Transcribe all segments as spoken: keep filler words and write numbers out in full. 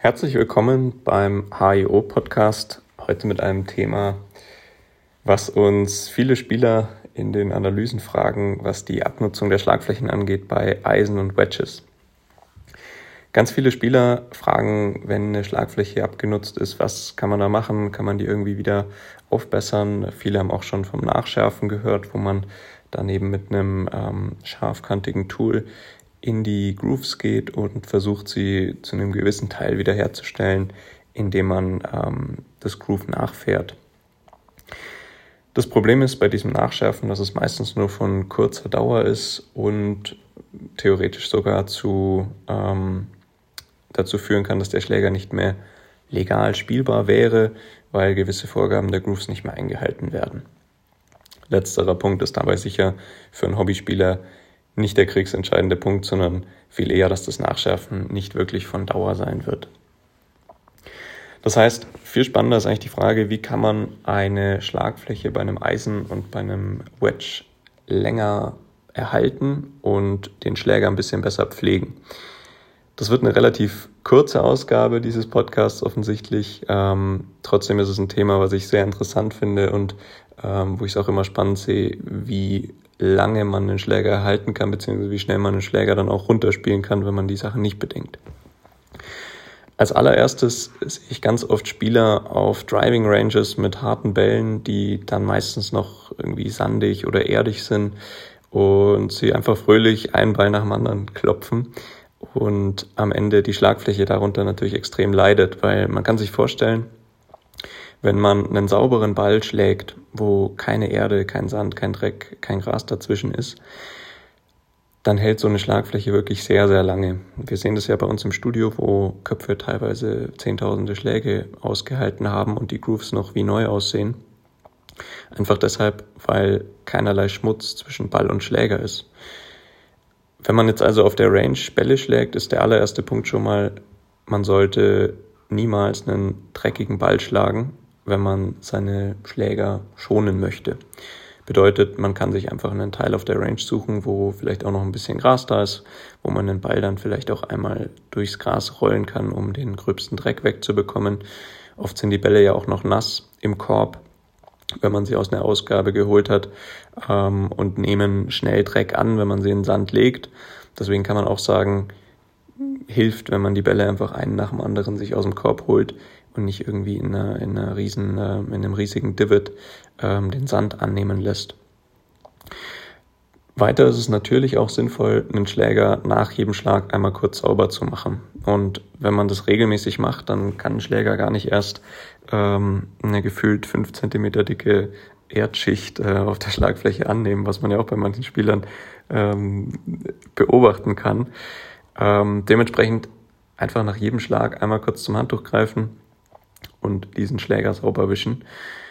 Herzlich willkommen beim H I O-Podcast, heute mit einem Thema, was uns viele Spieler in den Analysen fragen, was die Abnutzung der Schlagflächen angeht bei Eisen und Wedges. Ganz viele Spieler fragen, wenn eine Schlagfläche abgenutzt ist, was kann man da machen, kann man die irgendwie wieder aufbessern. Viele haben auch schon vom Nachschärfen gehört, wo man daneben mit einem ähm, scharfkantigen Tool in die Grooves geht und versucht, sie zu einem gewissen Teil wiederherzustellen, indem man ähm, das Groove nachfährt. Das Problem ist bei diesem Nachschärfen, dass es meistens nur von kurzer Dauer ist und theoretisch sogar zu, ähm, dazu führen kann, dass der Schläger nicht mehr legal spielbar wäre, weil gewisse Vorgaben der Grooves nicht mehr eingehalten werden. Letzterer Punkt ist dabei sicher für einen Hobbyspieler nicht der kriegsentscheidende Punkt, sondern viel eher, dass das Nachschärfen nicht wirklich von Dauer sein wird. Das heißt, viel spannender ist eigentlich die Frage, wie kann man eine Schlagfläche bei einem Eisen und bei einem Wedge länger erhalten und den Schläger ein bisschen besser pflegen. Das wird eine relativ kurze Ausgabe dieses Podcasts offensichtlich. Ähm, trotzdem ist es ein Thema, was ich sehr interessant finde und ähm, wo ich es auch immer spannend sehe, wie lange man den Schläger erhalten kann, beziehungsweise wie schnell man den Schläger dann auch runterspielen kann, wenn man die Sachen nicht bedenkt. Als allererstes sehe ich ganz oft Spieler auf Driving Ranges mit harten Bällen, die dann meistens noch irgendwie sandig oder erdig sind und sie einfach fröhlich einen Ball nach dem anderen klopfen und am Ende die Schlagfläche darunter natürlich extrem leidet, weil man kann sich vorstellen, wenn man einen sauberen Ball schlägt, wo keine Erde, kein Sand, kein Dreck, kein Gras dazwischen ist, dann hält so eine Schlagfläche wirklich sehr, sehr lange. Wir sehen das ja bei uns im Studio, wo Köpfe teilweise zehntausende Schläge ausgehalten haben und die Grooves noch wie neu aussehen. Einfach deshalb, weil keinerlei Schmutz zwischen Ball und Schläger ist. Wenn man jetzt also auf der Range Bälle schlägt, ist der allererste Punkt schon mal, man sollte niemals einen dreckigen Ball schlagen, wenn man seine Schläger schonen möchte. Bedeutet, man kann sich einfach einen Teil auf der Range suchen, wo vielleicht auch noch ein bisschen Gras da ist, wo man den Ball dann vielleicht auch einmal durchs Gras rollen kann, um den gröbsten Dreck wegzubekommen. Oft sind die Bälle ja auch noch nass im Korb, wenn man sie aus einer Ausgabe geholt hat, ähm, und nehmen schnell Dreck an, wenn man sie in den Sand legt. Deswegen kann man auch sagen, hilft, wenn man die Bälle einfach einen nach dem anderen sich aus dem Korb holt und nicht irgendwie in einer, in einer riesen, äh, in einem riesigen Divot ähm, den Sand annehmen lässt. Weiter ist es natürlich auch sinnvoll, einen Schläger nach jedem Schlag einmal kurz sauber zu machen. Und wenn man das regelmäßig macht, dann kann ein Schläger gar nicht erst ähm, eine gefühlt fünf Zentimeter dicke Erdschicht äh, auf der Schlagfläche annehmen, was man ja auch bei manchen Spielern ähm, beobachten kann. Ähm, dementsprechend einfach nach jedem Schlag einmal kurz zum Handtuch greifen und diesen Schläger sauber wischen.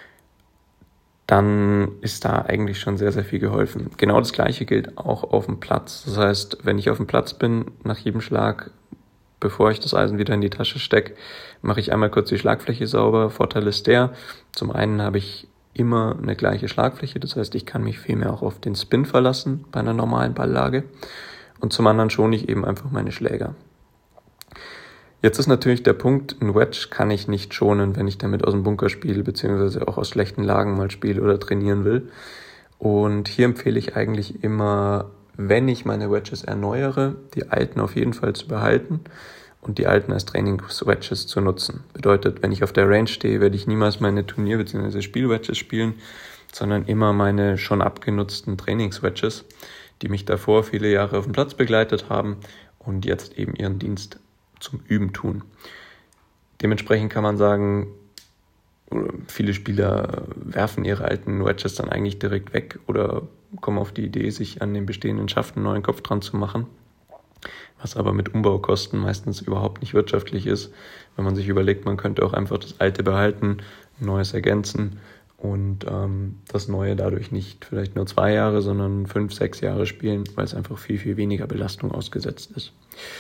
Dann ist da eigentlich schon sehr, sehr viel geholfen. Genau das Gleiche gilt auch auf dem Platz. Das heißt, wenn ich auf dem Platz bin, nach jedem Schlag, bevor ich das Eisen wieder in die Tasche stecke, mache ich einmal kurz die Schlagfläche sauber. Vorteil ist der, zum einen habe ich immer eine gleiche Schlagfläche, das heißt, ich kann mich vielmehr auch auf den Spin verlassen bei einer normalen Balllage. Und zum anderen schone ich eben einfach meine Schläger. Jetzt ist natürlich der Punkt, ein Wedge kann ich nicht schonen, wenn ich damit aus dem Bunker spiele, beziehungsweise auch aus schlechten Lagen mal spiele oder trainieren will. Und hier empfehle ich eigentlich immer, wenn ich meine Wedges erneuere, die alten auf jeden Fall zu behalten und die alten als Trainings-Wedges zu nutzen. Bedeutet, wenn ich auf der Range stehe, werde ich niemals meine Turnier- bzw. Spiel-Wedges spielen, sondern immer meine schon abgenutzten Trainings-Wedges, die mich davor viele Jahre auf dem Platz begleitet haben und jetzt eben ihren Dienst zum Üben tun. Dementsprechend kann man sagen, viele Spieler werfen ihre alten Wedges dann eigentlich direkt weg oder kommen auf die Idee, sich an den bestehenden Schaft einen neuen Kopf dran zu machen, was aber mit Umbaukosten meistens überhaupt nicht wirtschaftlich ist, wenn man sich überlegt, man könnte auch einfach das alte behalten, Neues ergänzen und ähm, das Neue dadurch nicht vielleicht nur zwei Jahre, sondern fünf, sechs Jahre spielen, weil es einfach viel, viel weniger Belastung ausgesetzt ist.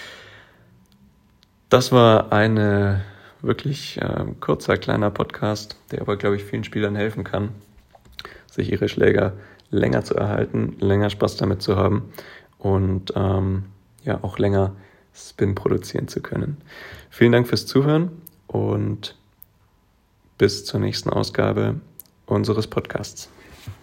Das war eine wirklich äh, kurzer, kleiner Podcast, der aber, glaube ich, vielen Spielern helfen kann, sich ihre Schläger länger zu erhalten, länger Spaß damit zu haben und ähm, ja auch länger Spin produzieren zu können. Vielen Dank fürs Zuhören und bis zur nächsten Ausgabe unseres Podcasts.